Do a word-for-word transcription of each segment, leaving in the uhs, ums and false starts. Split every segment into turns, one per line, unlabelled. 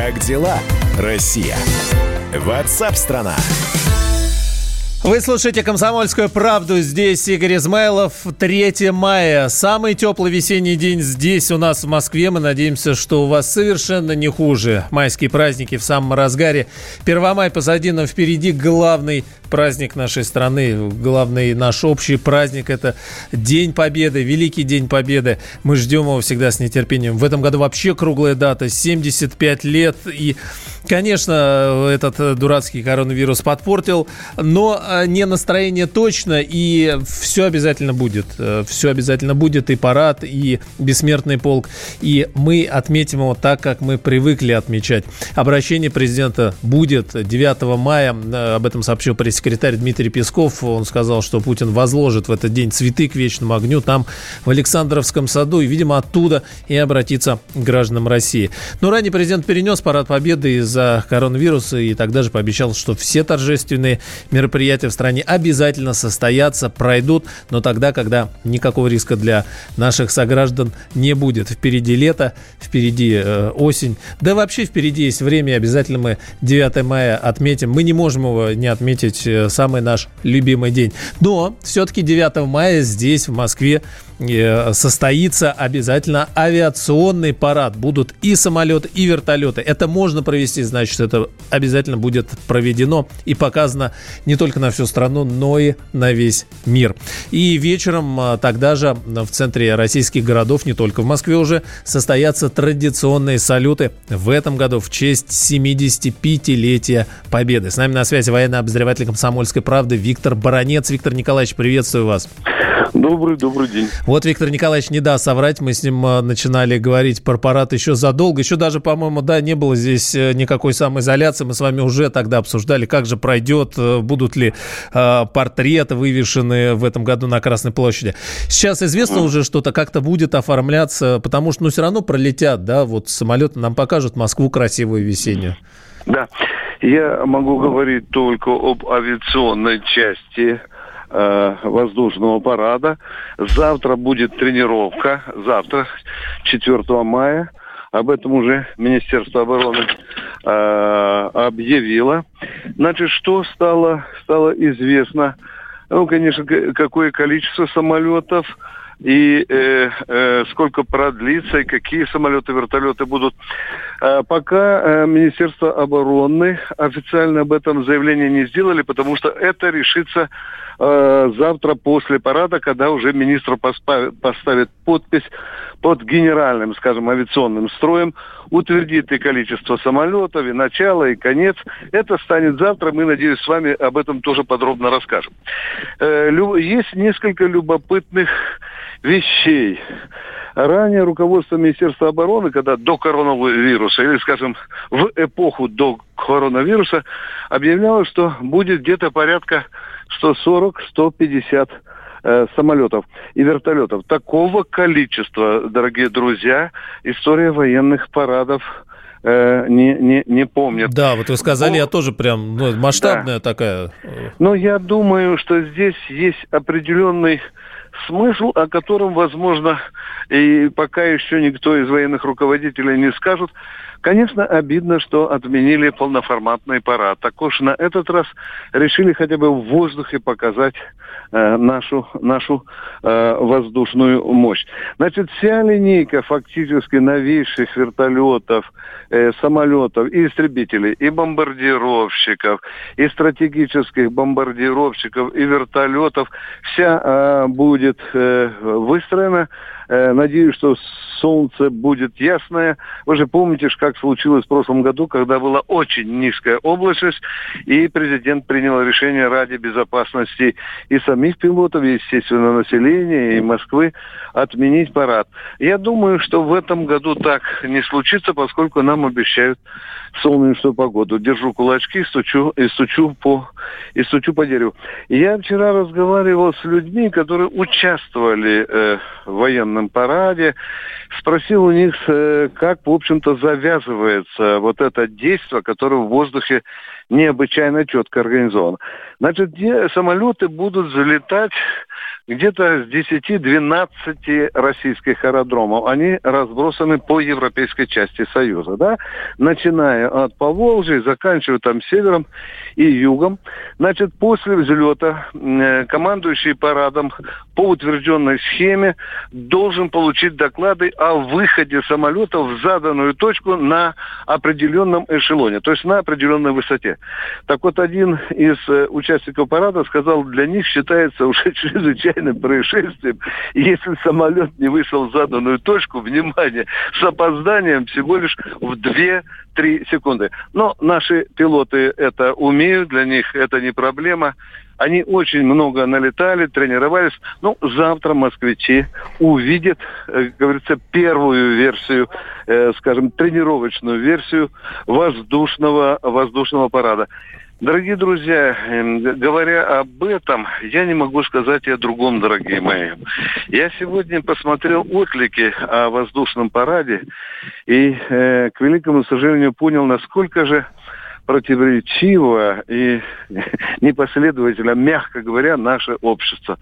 Как дела, Россия? Ватсап-страна!
Вы слушаете «Комсомольскую правду». Здесь Игорь Измайлов. третьего мая. Самый теплый весенний день здесь у нас в Москве. Мы надеемся, что у вас совершенно не хуже. Майские праздники в самом разгаре. Первомай позади, но впереди главный праздник нашей страны. Главный наш общий праздник – это День Победы, Великий День Победы. Мы ждем его всегда с нетерпением. В этом году вообще круглая дата – семьдесят пять лет. И, конечно, этот дурацкий коронавирус подпортил, но не настроение точно, и все обязательно будет. Все обязательно будет, и парад, и бессмертный полк. И мы отметим его так, как мы привыкли отмечать. Обращение президента будет девятого мая. Об этом сообщил пресс-секретарь Дмитрий Песков. Он сказал, что Путин возложит в этот день цветы к вечному огню там, в Александровском саду, и, видимо, оттуда и обратиться к гражданам России. Но ранее президент перенес парад Победы из-за коронавируса и тогда же пообещал, что все торжественные мероприятия в стране обязательно состоятся, пройдут, но тогда, когда никакого риска для наших сограждан не будет. Впереди лето, впереди э, осень, да вообще впереди есть время, и обязательно мы девятого мая отметим. Мы не можем его не отметить, э, самый наш любимый день. Но все-таки девятого мая здесь, в Москве, э, состоится обязательно авиационный парад. Будут и самолеты, и вертолеты. Это можно провести, значит, это обязательно будет проведено и показано не только на всю страну, но и на весь мир. И вечером тогда же в центре российских городов, не только в Москве уже, состоятся традиционные салюты в этом году в честь семидесятипятилетия Победы. С нами на связи военный обозреватель «Комсомольской правды» Виктор Баранец. Виктор Николаевич, приветствую вас.
Добрый, добрый день.
Вот Виктор Николаевич не даст соврать, мы с ним начинали говорить про парад еще задолго, еще даже, по-моему, да, не было здесь никакой самоизоляции, мы с вами уже тогда обсуждали, как же пройдет, будут ли э, портреты вывешены в этом году на Красной площади. Сейчас известно уже что-то, как-то будет оформляться, потому что, ну, все равно пролетят, да, вот самолеты нам покажут Москву красивую весеннюю.
Да, я могу говорить только об авиационной части воздушного парада. Завтра будет тренировка, завтра, четвертого мая. Об этом уже Министерство обороны э, объявило. Значит, что стало, стало известно? Ну, конечно, какое количество самолетов и э, э, сколько продлится, и какие самолеты, вертолеты будут. Э, пока э, Министерство обороны официально об этом заявление не сделали, потому что это решится э, завтра после парада, когда уже министр поставит, поставит подпись под генеральным, скажем, авиационным строем, утвердит и количество самолетов, и начало, и конец. Это станет завтра, мы, надеюсь, с вами об этом тоже подробно расскажем. Э, лю- есть несколько любопытных вещей. Ранее руководство Министерства обороны, когда до коронавируса, или, скажем, в эпоху до коронавируса, объявляло, что будет где-то порядка сто сорок - сто пятьдесят э, самолетов и вертолетов. Такого количества, дорогие друзья, история военных парадов э, не, не, не помнит.
Да, вот вы сказали, Но... я тоже прям, ну, масштабная да. такая.
Но я думаю, что здесь есть определенный смысл, о котором, возможно, и пока еще никто из военных руководителей не скажет. Конечно, обидно, что отменили полноформатный парад. Так уж на этот раз решили хотя бы в воздухе показать э, нашу, нашу э, воздушную мощь. Значит, вся линейка фактически новейших вертолетов, э, самолетов и истребителей, и бомбардировщиков, и стратегических бомбардировщиков, и вертолетов, вся э, будет э, выстроена. Э, надеюсь, что солнце будет ясное. Вы же помните, как случилось в прошлом году, когда была очень низкая облачность, и президент принял решение ради безопасности и самих пилотов, и, естественно, населения, и Москвы отменить парад. Я думаю, что в этом году так не случится, поскольку нам обещают солнечную погоду. Держу кулачки, стучу, и стучу по, и стучу по дереву. Я вчера разговаривал с людьми, которые участвовали э, в военном параде, спросил у них, э, как, в общем-то, завязывается вот это действие, которое в воздухе необычайно четко организовано. Значит, где самолеты будут залетать где-то с десяти-двенадцати российских аэродромов. Они разбросаны по европейской части Союза, да, начиная от Поволжья, заканчивая там севером и югом. Значит, после взлета э, командующий парадом по утвержденной схеме должен получить доклады о выходе самолетов в заданную точку на определенном эшелоне, то есть на определенной высоте. Так вот, один из э, участников парада сказал, для них считается уже чрезвычайным происшествием, если самолет не вышел в заданную точку, внимание, с опозданием всего лишь в две-три секунды. Но наши пилоты это умеют, для них это не проблема. Они очень много налетали, тренировались. Ну, завтра москвичи увидят, как говорится, первую версию, э, скажем, тренировочную версию воздушного, воздушного парада. Дорогие друзья, говоря об этом, я не могу сказать и о другом, дорогие мои. Я сегодня посмотрел отклики о воздушном параде и, э, к великому сожалению, понял, насколько же противоречиво и непоследовательно, мягко говоря, наше общество.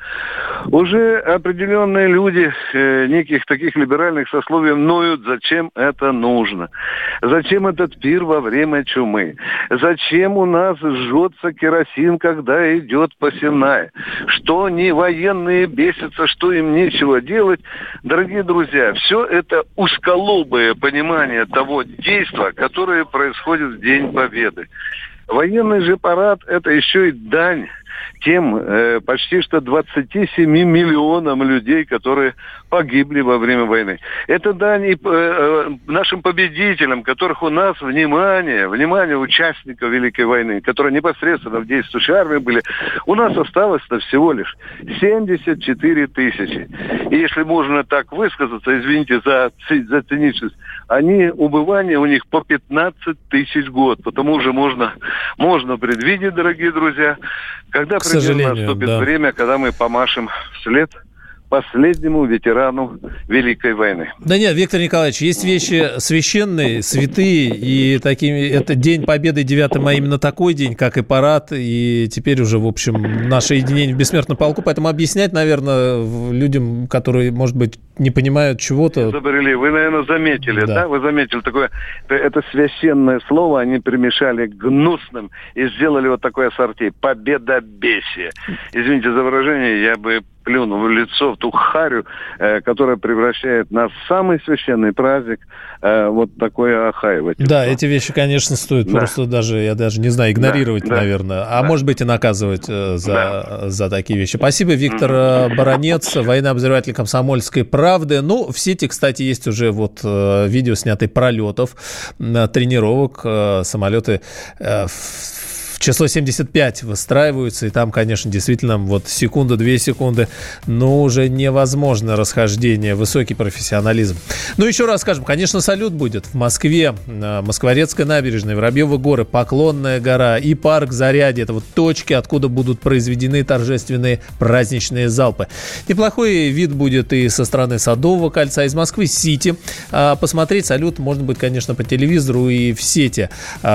Уже определенные люди э, неких таких либеральных сословий ноют, зачем это нужно. Зачем этот пир во время чумы? Зачем у нас жжется керосин, когда идет посевная? Что не военные бесятся, что им нечего делать? Дорогие друзья, все это узколобое понимание того действия, которое происходит в День Победы. Военный же парад – это еще и дань тем э, почти что двадцати семи миллионам людей, которые погибли во время войны. Это дань и э, нашим победителям, которых у нас, внимание, внимание участников Великой войны, которые непосредственно в действующей армии были, у нас осталось-то всего лишь семьдесят четыре тысячи. И если можно так высказаться, извините за, за циничность, они, убывание у них по пятнадцать тысяч в год. Потому же можно, можно предвидеть, дорогие друзья, когда примерно наступит да. время, когда мы помашем вслед последнему ветерану Великой войны.
Да нет, Виктор Николаевич, есть вещи священные, святые, и такими, это День Победы девятого мая именно такой день, как и парад, и теперь уже, в общем, наше единение в бессмертном полку, поэтому объяснять, наверное, людям, которые, может быть, не понимают чего-то...
Изобрели. Вы, наверное, заметили, да? да? Вы заметили такое, это священное слово, они перемешали гнусным и сделали вот такое ассорти. Победобесие. Извините за выражение, я бы плюнул в лицо в ту харю, э, которая превращает нас в самый священный праздник, э, вот такое охаивать.
Да, эти вещи, конечно, стоит да. просто даже, я даже не знаю, игнорировать, да, наверное, а да. может быть и наказывать э, за, да. за такие вещи. Спасибо, Виктор mm-hmm. Баранец, военный обозреватель «Комсомольской правды». Ну, в сети, кстати, есть уже вот э, видео, снятые пролетов, э, тренировок, э, самолеты э, в число семьдесят пять выстраиваются, и там, конечно, действительно, вот секунда-две секунды, но уже невозможно расхождение, высокий профессионализм. Ну, еще раз скажем, конечно, салют будет в Москве, Москворецкая набережная, Воробьевы горы, Поклонная гора и парк Зарядье. Это вот точки, откуда будут произведены торжественные праздничные залпы. Неплохой вид будет и со стороны Садового кольца, из Москвы-Сити. Посмотреть салют можно будет, конечно, по телевизору и в сети.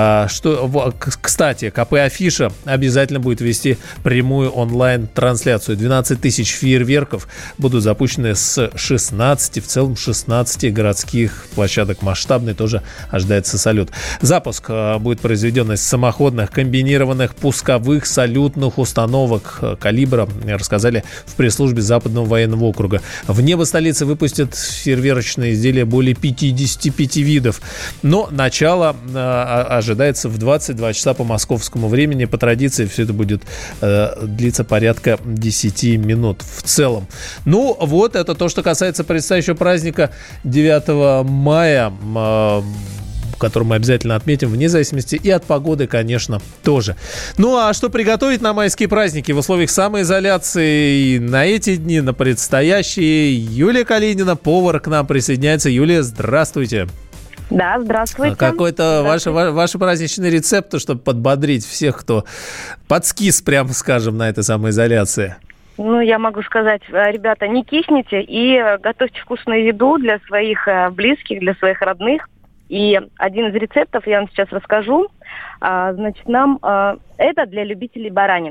Что, кстати, КП Афиша обязательно будет вести прямую онлайн-трансляцию. двенадцать тысяч фейерверков будут запущены с шестнадцати, в целом шестнадцати городских площадок. Масштабный тоже ожидается салют. Запуск будет произведен из самоходных комбинированных пусковых салютных установок калибра, рассказали в пресс-службе Западного военного округа. В небо столицы выпустят фейерверочные изделия более пятидесяти пяти видов. Но начало ожидается в двадцать два часа по московскому времени. По традиции все это будет э, длиться порядка десяти минут в целом. Ну, вот это то, что касается предстоящего праздника девятого мая, э, который мы обязательно отметим вне зависимости и от погоды, конечно, тоже. Ну, а что приготовить на майские праздники в условиях самоизоляции на эти дни, на предстоящие? Юлия Калинина, повар, к нам присоединяется. Юлия, здравствуйте.
Да, здравствуйте.
Какой-то ваш, ваш праздничный рецепт, чтобы подбодрить всех, кто подскис, прямо скажем, на этой самоизоляции?
Ну, я могу сказать, ребята, не кисните и готовьте вкусную еду для своих близких, для своих родных. И один из рецептов я вам сейчас расскажу. Значит, нам это для любителей баранины.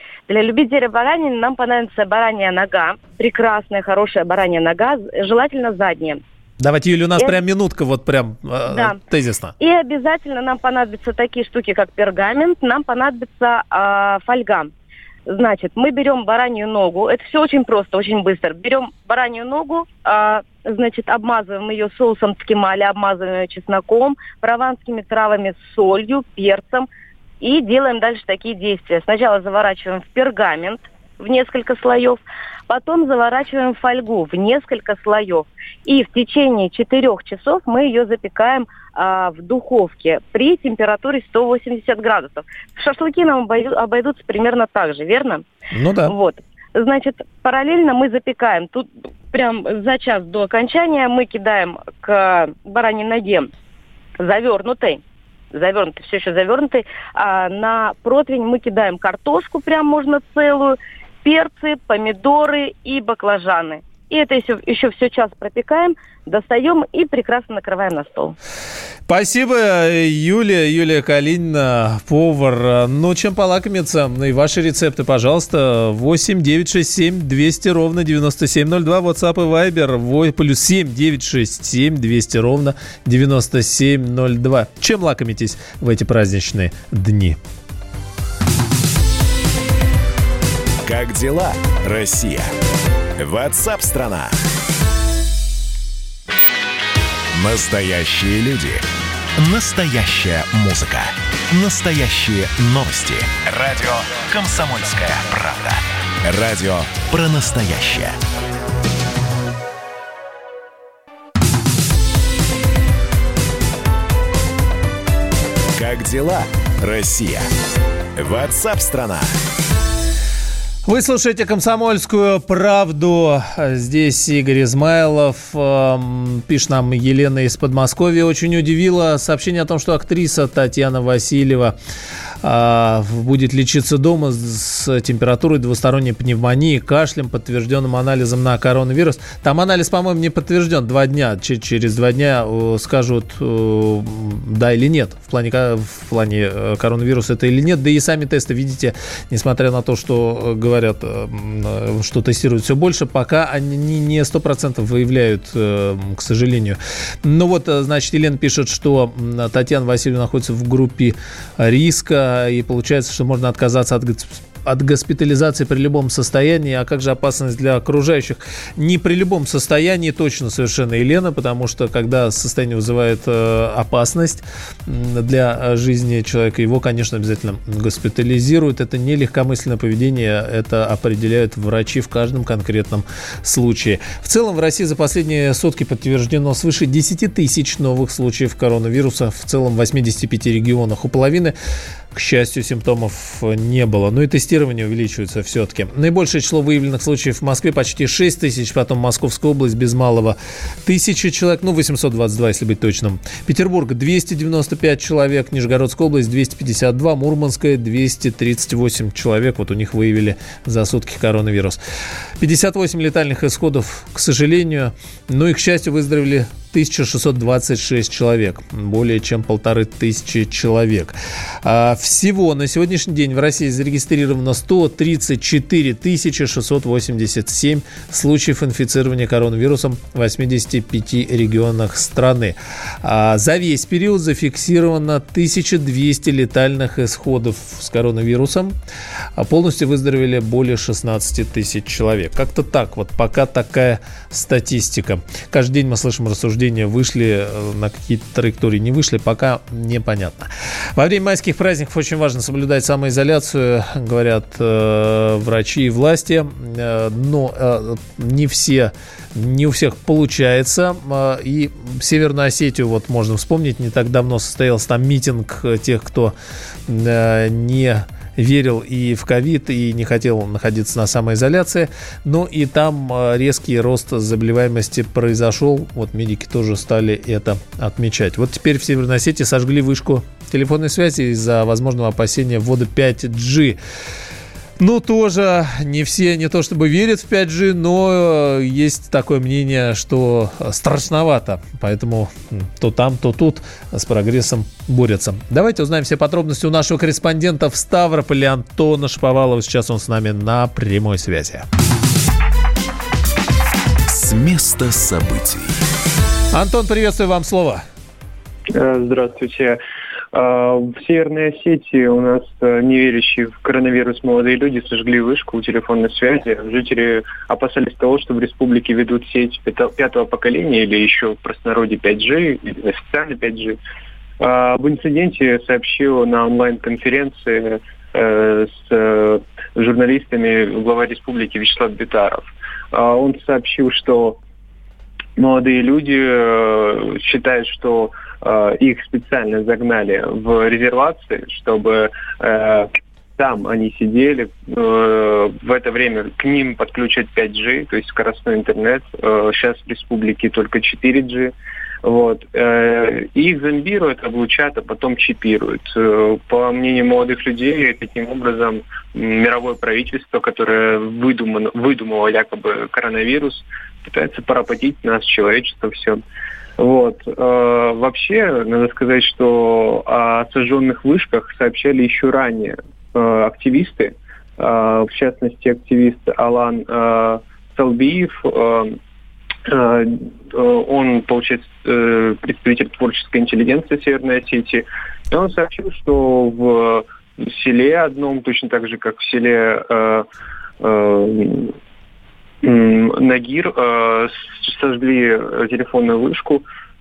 Для любителя баранины нам понадобится баранья нога. Прекрасная, хорошая баранья нога, желательно задняя.
Давайте, Юля, у нас
И...
прям минутка, вот прям э,
да.
тезисно.
И обязательно нам понадобятся такие штуки, как пергамент, нам понадобится э, фольга. Значит, мы берем баранью ногу, это все очень просто, очень быстро. Берем баранью ногу, э, значит, обмазываем ее соусом ткемали, обмазываем ее чесноком, прованскими травами, солью, перцем. И делаем дальше такие действия. Сначала заворачиваем в пергамент в несколько слоев, потом заворачиваем в фольгу в несколько слоев. И в течение четырех часов мы ее запекаем а, в духовке при температуре сто восемьдесят градусов. Шашлыки нам обойду, обойдутся примерно так же, верно?
Ну да.
Вот. Значит, параллельно мы запекаем. Тут прям за час до окончания мы кидаем к бараньей ноге завернутой, завернутый, все еще завернутый, а на противень мы кидаем картошку, прям можно целую, перцы, помидоры и баклажаны. И это еще, еще все час пропекаем, достаем и прекрасно накрываем на стол.
Спасибо, Юлия. Юлия Калинина, повар. Ну, чем полакомиться? И ваши рецепты, пожалуйста. восемь девятьсот шестьдесят семь двести ровно девяносто семь ноль два. WhatsApp и Viber. Плюс семь девятьсот шестьдесят семь двести ровно девяносто семь ноль два. Чем лакомитесь в эти праздничные дни?
Как дела, Россия? WhatsApp-страна. Настоящие люди. Настоящая музыка. Настоящие новости. Радио «Комсомольская правда». Радио про настоящее. Как дела, Россия? WhatsApp-страна.
Вы слушаете «Комсомольскую правду». Здесь Игорь Измайлов. Пишет нам Елена из Подмосковья. Очень удивило сообщение о том, что актриса Татьяна Васильева будет лечиться дома с температурой, двусторонней пневмонией, кашлем, подтвержденным анализом на коронавирус. Там анализ, по-моему, не подтвержден. Два дня. Через два дня скажут, да или нет, в плане, в плане коронавируса это или нет. Да и сами тесты, видите, несмотря на то, что говорят, что тестируют все больше, пока они не сто процентов выявляют, к сожалению. Ну вот, значит, Елена пишет, что Татьяна Васильева находится в группе риска, и получается, что можно отказаться от от госпитализации при любом состоянии. А как же опасность для окружающих? Не при любом состоянии точно совершенно, Елена, потому что когда состояние вызывает э, опасность для жизни человека, его, конечно, обязательно госпитализируют. Это не легкомысленное поведение, это определяют врачи в каждом конкретном случае. В целом в России за последние сутки подтверждено свыше десять тысяч новых случаев коронавируса в целом в восьмидесяти пяти регионах. У половины, к счастью, симптомов не было. Ну и тестирование увеличивается все-таки. Наибольшее число выявленных случаев в Москве почти шесть тысяч, потом Московская область без малого тысяча человек, ну восемьсот двадцать два, если быть точным. Петербург двести девяносто пять человек, Нижегородская область двести пятьдесят два, Мурманская двести тридцать восемь человек. Вот у них выявили за сутки коронавирус. пятьдесят восемь летальных исходов, к сожалению, но и, к счастью, выздоровели тысяча шестьсот двадцать шесть человек, более чем полторы тысячи человек. А всего на сегодняшний день в России зарегистрировано сто тридцать четыре тысячи шестьсот восемьдесят семь случаев инфицирования коронавирусом в восьмидесяти пяти регионах страны. А за весь период зафиксировано тысяча двести летальных исходов с коронавирусом, а полностью выздоровели более шестнадцать тысяч человек. Как-то так вот, пока такая статистика. Каждый день мы слышим рассуждения, вышли на какие-то траектории, не вышли, пока непонятно. Во время майских праздников очень важно соблюдать самоизоляцию, говорят э, врачи и власти, э, но э, не все, не у всех получается. Э, и Северную Осетию вот можно вспомнить, не так давно состоялся там митинг тех, кто э, не верил и в ковид, и не хотел находиться на самоизоляции. Но и там резкий рост заболеваемости произошел. Вот медики тоже стали это отмечать. Вот теперь в Северной Осетии сожгли вышку телефонной связи из-за возможного опасения ввода пять джи. Ну, тоже не все не то чтобы верят в пять джи, но есть такое мнение, что страшновато. Поэтому то там, то тут с прогрессом борются. Давайте узнаем все подробности у нашего корреспондента в Ставрополе Антона Шаповалова. Сейчас он с нами на прямой связи.
С места событий.
Антон, приветствую, вам слово.
Здравствуйте. В Северной Осетии у нас неверящие в коронавирус молодые люди сожгли вышку у телефонной связи. Жители опасались того, что в республике ведут сеть пятого поколения или еще в простонародье пять джи, или официально пять джи. Об инциденте сообщил на онлайн-конференции с журналистами глава республики Вячеслав Битаров. Он сообщил, что молодые люди считают, что их специально загнали в резервации, чтобы э, там они сидели. Э, в это время к ним подключат пять джи, то есть скоростной интернет. Э, сейчас в республике только четыре джи. Вот. Э, и их зомбируют, облучат, а потом чипируют. Э, по мнению молодых людей, таким образом мировое правительство, которое выдумано, выдумало якобы коронавирус, пытается поработить нас, человечество, все. Вот. Э, вообще, надо сказать, что о сожженных вышках сообщали еще ранее э, активисты, э, в частности, активист Алан э, Салбиев. Э, э, он, получается, э, представитель творческой интеллигенции Северной Осетии. И он сообщил, что в селе одном, точно так же, как в селе э, э, Нагир, э, сожгли телефонную вышку.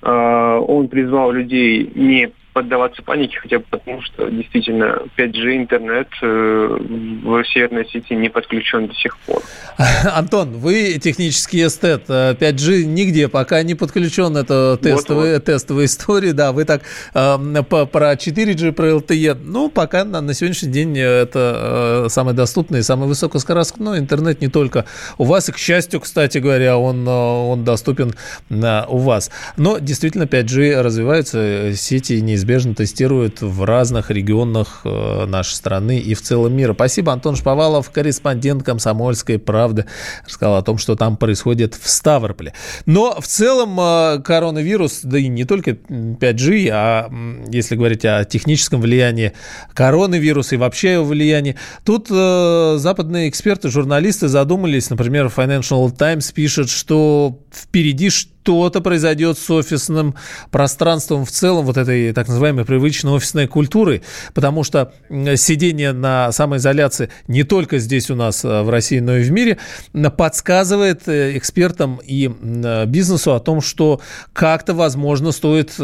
Э, он призвал людей не поддаваться панике, хотя бы потому, что действительно пять джи интернет э, в Северной Осетии не подключен до сих пор. Антон, вы технический эстет. пять джи нигде пока не подключен. Это тестовые, вот-вот. тестовые истории. Да, вы так э, по, про четыре джи, про эл ти и. Ну, пока на, на сегодняшний день это э, самый доступный и самый высокоскоростной интернет не только у вас. И, к счастью, кстати говоря, он, он доступен э, у вас. Но действительно пять джи развиваются, сети неизбежно неизбежно тестируют в разных регионах э, нашей страны и в целом мира. Спасибо. Антон Шаповалов, корреспондент «Комсомольской правды», рассказал о том, что там происходит в Ставрополе. Но в целом э, коронавирус, да и не только пять джи, а если говорить о техническом влиянии коронавируса и вообще его влиянии, тут э, западные эксперты, журналисты задумались. Например, Financial Times пишет, что впереди что-то произойдет с офисным пространством в целом, вот этой так называемой привычной офисной культуры, потому что сидение на самоизоляции не только здесь у нас в России, но и в мире подсказывает экспертам и бизнесу о том, что как-то, возможно, стоит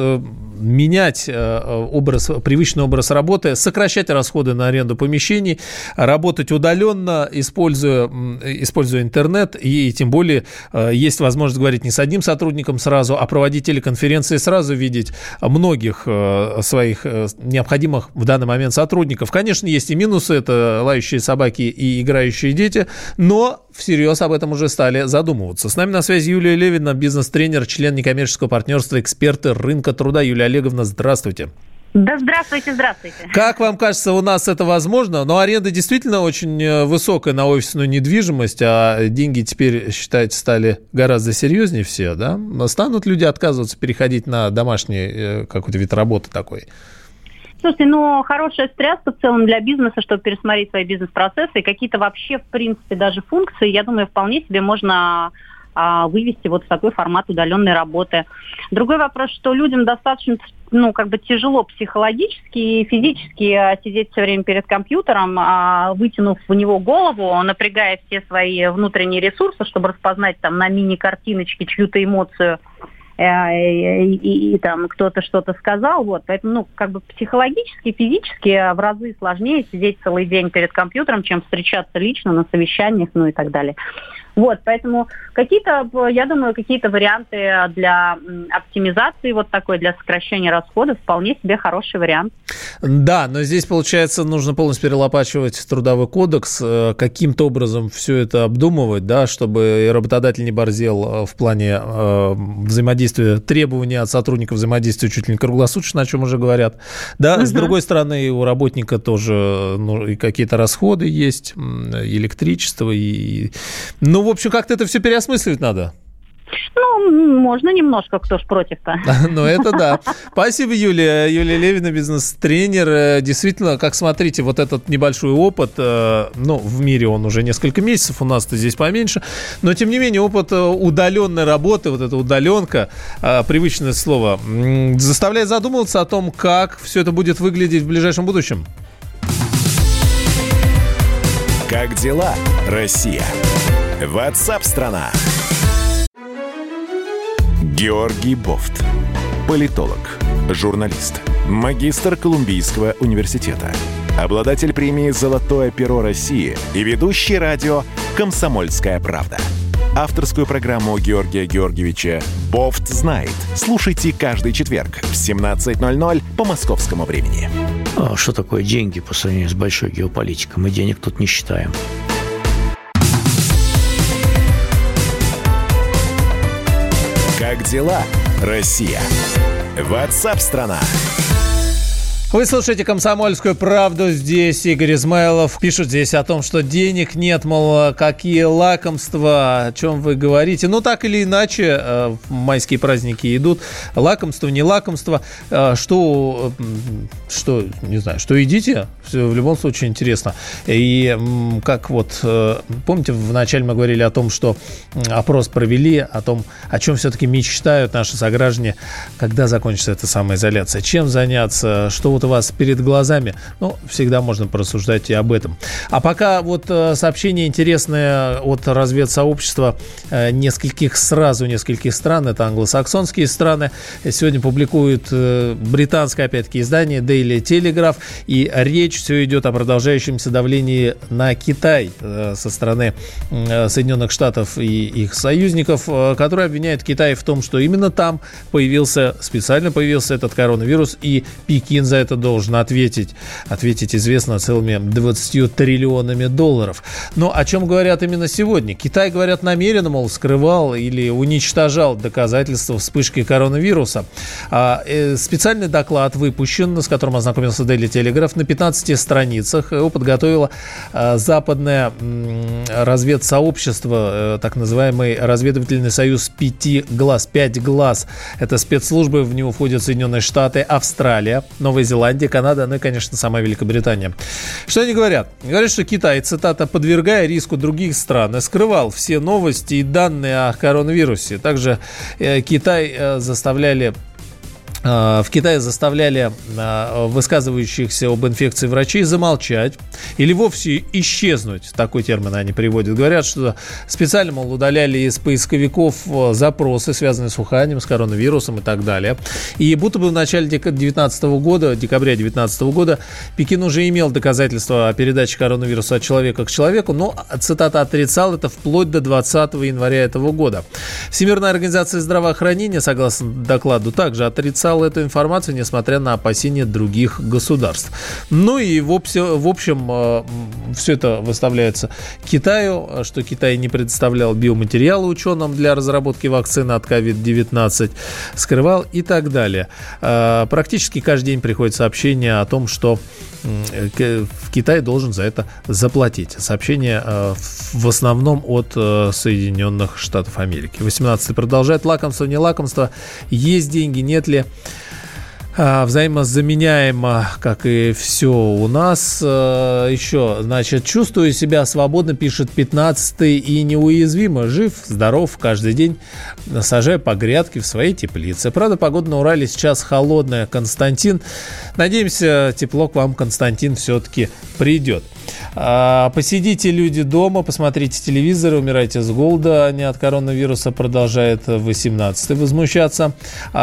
менять образ, привычный образ работы, сокращать расходы на аренду помещений, работать удаленно, используя, используя интернет, и тем более есть возможность говорить не с одним сотрудником сразу, а проводить телеконференции, сразу видеть многих своих необходимых в данный момент сотрудников. Конечно, есть и минусы, это лающие собаки и играющие дети, но всерьез об этом уже стали задумываться. С нами на связи Юлия Левина, бизнес-тренер, член некоммерческого партнерства, эксперты рынка труда. Юлия Олеговна, здравствуйте.
Да, здравствуйте, здравствуйте.
Как вам кажется, у нас это возможно? Но аренда действительно очень высокая на офисную недвижимость, а деньги теперь, считаете, стали гораздо серьезнее все, да? Станут люди отказываться переходить на домашний какой-то вид работы такой?
Слушайте, ну, хорошая стряска в целом для бизнеса, чтобы пересмотреть свои бизнес-процессы и какие-то вообще, в принципе, даже функции, я думаю, вполне себе можно а, вывести вот в такой формат удаленной работы. Другой вопрос, что людям достаточно, ну, как бы тяжело психологически и физически сидеть все время перед компьютером, а, вытянув в него голову, напрягая все свои внутренние ресурсы, чтобы распознать там на мини-картиночке чью-то эмоцию, И, и, и там кто-то что-то сказал, вот, поэтому, ну, как бы психологически, физически в разы сложнее сидеть целый день перед компьютером, чем встречаться лично на совещаниях, ну и так далее. Вот, поэтому какие-то, я думаю, какие-то варианты для оптимизации вот такой, для сокращения расходов вполне себе хороший вариант.
Да, но здесь, получается, нужно полностью перелопачивать трудовой кодекс, каким-то образом все это обдумывать, да, чтобы работодатель не борзел в плане э, взаимодействия, требования от сотрудников взаимодействия чуть ли не круглосуточно, о чем уже говорят. Да, угу. С другой стороны, у работника тоже ну, и какие-то расходы есть, электричество и... Ну, в общем, как-то это все переосмысливать надо.
Ну, можно немножко, кто ж против-то.
Ну, это да. Спасибо, Юлия. Юлия Левина, бизнес-тренер. Действительно, как смотрите, вот этот небольшой опыт, ну, в мире он уже несколько месяцев, у нас-то здесь поменьше, но, тем не менее, опыт удаленной работы, вот эта удаленка, привычное слово, заставляет задумываться о том, как все это будет выглядеть в ближайшем будущем.
Как дела, Россия? Ватсап-страна! Георгий Бофт. Политолог, журналист, магистр Колумбийского университета, обладатель премии «Золотое перо России» и ведущий радио «Комсомольская правда». Авторскую программу Георгия Георгиевича «Бофт знает». Слушайте каждый четверг в семнадцать ноль ноль по московскому времени.
А что такое деньги по сравнению с большой геополитикой? Мы денег тут не считаем.
Как дела, Россия? Ватсап-страна!
Вы слушаете «Комсомольскую правду». Здесь Игорь Измайлов. Пишут здесь о том, что денег нет, мол, какие лакомства, о чем вы говорите. Ну, так или иначе, майские праздники идут. Лакомство, не лакомство. Что, что, не знаю, что едите, все в любом случае интересно. И как вот, помните, вначале мы говорили о том, что опрос провели, о том, о чем все-таки мечтают наши сограждане, когда закончится эта самоизоляция, чем заняться, что вот у вас перед глазами, ну, всегда можно порассуждать и об этом. А пока вот сообщение интересное от разведсообщества нескольких, сразу нескольких стран, это англосаксонские страны. Сегодня публикует британское, опять-таки, издание Daily Telegraph, и речь все идет о продолжающемся давлении на Китай со стороны Соединенных Штатов и их союзников, которые обвиняют Китай в том, что именно там появился, специально появился этот коронавирус, и Пекин за это должен ответить. Ответить, известно, целыми двадцатью триллионами долларов. Но о чем говорят именно сегодня? Китай, говорят, намеренно, мол, скрывал или уничтожал доказательства вспышки коронавируса. А, э, специальный доклад выпущен, с которым ознакомился Daily Telegraph, на пятнадцати страницах. Его подготовило э, западное э, разведсообщество, э, так называемый разведывательный союз пяти глаз. Пять глаз. Это спецслужбы, в него входят Соединенные Штаты, Австралия, Новая Зеландия, Канада, ну и, конечно, сама Великобритания. Что они говорят? Говорят, что Китай, цитата, подвергая риску других стран, скрывал все новости и данные о коронавирусе. Также э, Китай э, заставляли В Китае заставляли высказывающихся об инфекции врачей замолчать или вовсе исчезнуть. Такой термин они приводят. Говорят, что специально, мол, удаляли из поисковиков запросы, связанные с Уханем, с коронавирусом и так далее. И будто бы в начале две тысячи девятнадцатого года, декабря две тысячи девятнадцатого года, Пекин уже имел доказательства о передаче коронавируса от человека к человеку, но, цитата, отрицал это вплоть до двадцатого января этого года. Всемирная организация здравоохранения, согласно докладу, также отрицала эту информацию, несмотря на опасения других государств. Ну и в, обсе, в общем все это выставляется Китаю, что Китай не предоставлял биоматериалы ученым для разработки вакцины от ковид девятнадцать, скрывал и так далее. Практически каждый день приходит сообщение о том, что в Китай должен за это заплатить. Сообщение в основном от Соединенных Штатов Америки. восемнадцатый продолжает. Лакомство, не лакомство. Есть деньги, нет ли? Взаимозаменяемо, как и все у нас. Еще, значит, чувствую себя свободно, пишет пятнадцатый, и неуязвимо. Жив, здоров, каждый день сажаю по грядке в своей теплице. Правда, погода на Урале сейчас холодная. Константин, надеемся, тепло к вам, Константин, все-таки придет. Посидите, люди, дома, посмотрите телевизор, умирайте с голода, а не от коронавируса, продолжает восемнадцатый возмущаться.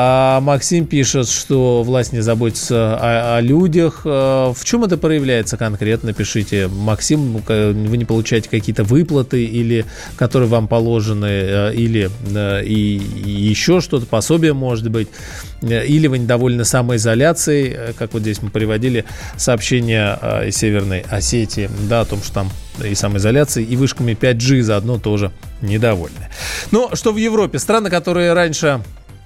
А Максим пишет, что власть не заботится о, о людях. В чем это проявляется конкретно? Пишите. Максим, вы не получаете какие-то выплаты, или, которые вам положены, или и, и еще что-то, пособие, может быть, или вы недовольны самоизоляцией, как вот здесь мы приводили сообщение из Северной Осетии, да, о том, что там и самоизоляцией, и вышками пять джи заодно тоже недовольны. Ну, что в Европе? Страны, которые раньше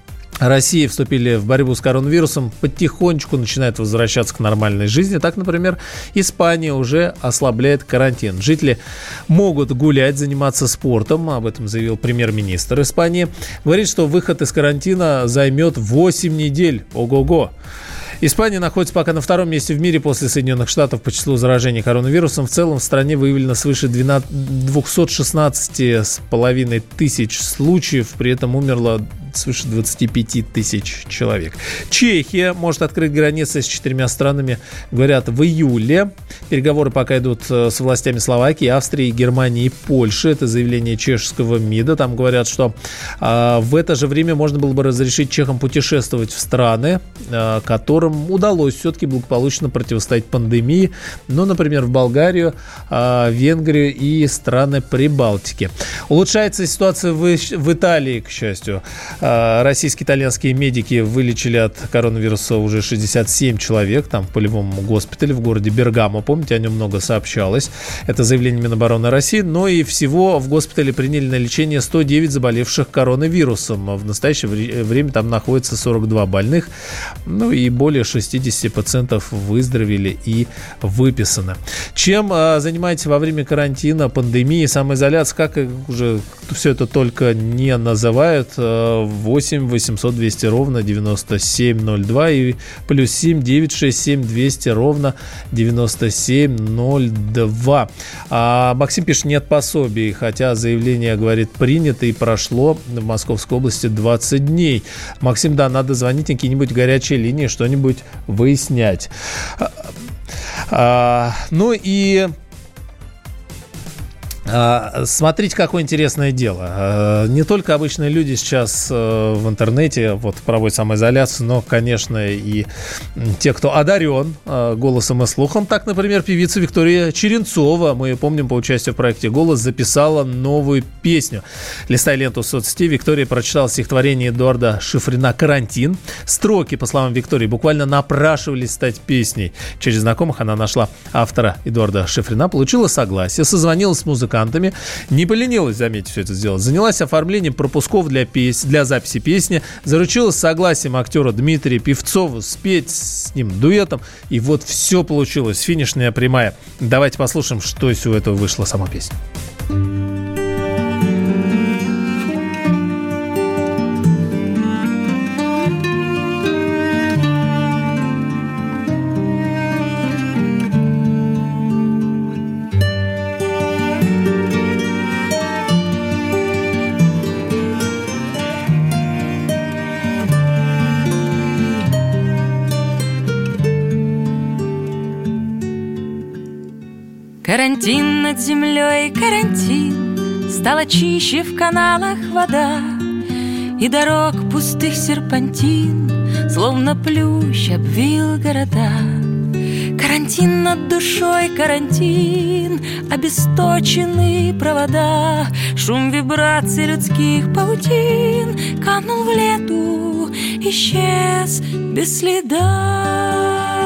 России вступили в борьбу с коронавирусом, потихонечку начинают возвращаться к нормальной жизни. Так, например, Испания уже ослабляет карантин. Жители могут гулять, заниматься спортом. Об этом заявил премьер-министр Испании. Говорит, что выход из карантина займет восемь недель. Ого-го! Испания находится пока на втором месте в мире после Соединенных Штатов по числу заражений коронавирусом. В целом в стране выявлено свыше двести шестнадцать с половиной тысяч случаев. При этом умерло свыше двадцать пять тысяч человек. Чехия может открыть границы с четырьмя странами, говорят, в июле. Переговоры пока идут с властями Словакии, Австрии, Германии и Польши. Это заявление чешского МИДа. Там говорят, что э, в это же время можно было бы разрешить чехам путешествовать в страны, э, которым удалось все-таки благополучно противостоять пандемии. Ну, например, в Болгарию, э, Венгрию и страны Прибалтики. Улучшается ситуация в, в Италии, к счастью. Российские итальянские медики вылечили от коронавируса уже шестьдесят семь человек там в полевом госпитале в городе Бергамо. Помните, о нем много сообщалось. Это заявление Минобороны России. Но и всего в госпитале приняли на лечение сто девять заболевших коронавирусом. В настоящее время там находится сорок два больных. Ну и более шестьдесят пациентов выздоровели и выписаны. Чем а, занимаетесь во время карантина, пандемии, самоизоляции? Как уже все это только не называют. восемь восемьсот двести ровно девяносто семь ноль два и плюс семь девятьсот шестьдесят семь двести ровно девяносто семь ноль два. А Максим пишет, нет пособий, хотя заявление, говорит, принято и прошло в Московской области двадцать дней. Максим, да, надо звонить на какие-нибудь горячие линии, что-нибудь выяснять. А, ну и... Смотрите, какое интересное дело. Не только обычные люди сейчас в интернете вот, проводят самоизоляцию, но, конечно, и те, кто одарен голосом и слухом. Так, например, певица Виктория Черенцова, мы ее помним по участию в проекте «Голос», записала новую песню. Листая ленту в соцсети, Виктория прочитала стихотворение Эдуарда Шифрина «Карантин». Строки, по словам Виктории, буквально напрашивались стать песней. Через знакомых она нашла автора Эдуарда Шифрина, получила согласие, созвонилась с музыкантом, не поленилась, заметьте, все это сделать. Занялась оформлением пропусков для, пес... для записи песни, заручилась согласием актера Дмитрия Певцова спеть с ним дуэтом. И вот все получилось. Финишная прямая. Давайте послушаем, что из всего этого вышла сама песня.
Карантин над землей, карантин, стала чище в каналах вода, и дорог пустых серпантин, словно плющ обвил города. Карантин над душой, карантин, обесточены провода, шум вибраций людских паутин канул в лету, исчез без следа.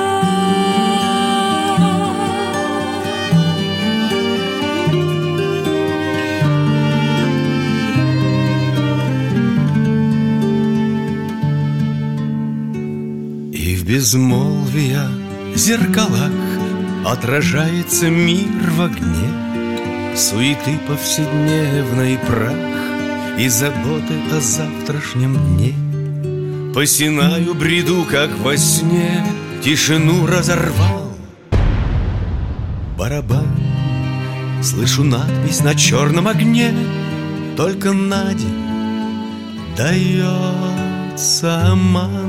В безмолвия зеркалах отражается мир в огне суеты повседневной прах и заботы о завтрашнем дне. По Синаю бреду, как во сне, тишину разорвал барабан. Слышу надпись на черном огне: только на день дается ман.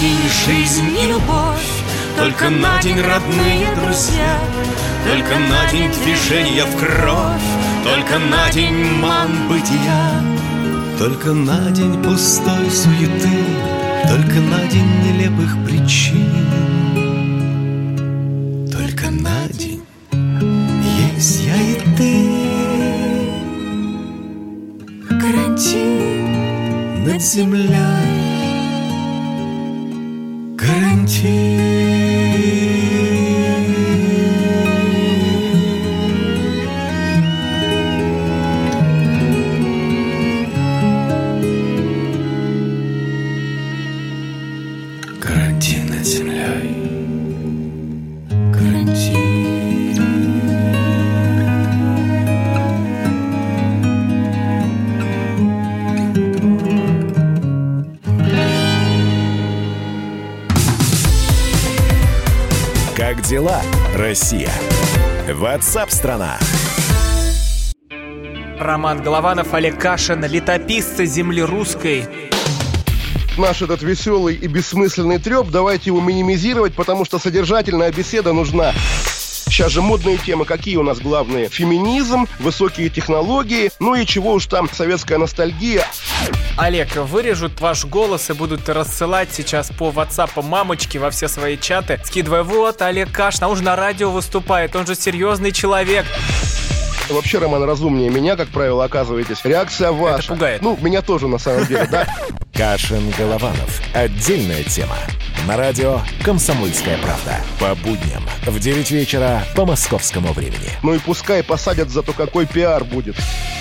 день жизнь и любовь, только на день родные друзья, только на день движения в кровь, только на день ман бытия, только на день пустой суеты, только на день нелепых причин, только на день есть я и ты. Карантин над землей, карантин. Карантин над землей, карантин.
Как дела, Россия? Ватсап-страна!
Роман Голованов, Олег Кашин, летописцы земли русской.
Наш этот веселый и бессмысленный треп, давайте его минимизировать, потому что содержательная беседа нужна. Сейчас же модные темы какие у нас главные? Феминизм, высокие технологии, ну и чего уж там, советская ностальгия.
Олег, вырежут ваш голос и будут рассылать сейчас по WhatsApp мамочки во все свои чаты, скидывая: вот, Олег Кашин, он же на радио выступает, он же серьезный человек.
Вообще, Роман, разумнее меня, как правило, оказываетесь. Реакция ваша.
Это пугает.
Ну, меня тоже, на самом деле, да.
Кашин-Голованов. Отдельная тема. На радио «Комсомольская правда». По будням в девять вечера по московскому времени.
Ну и пускай посадят, зато какой пиар будет.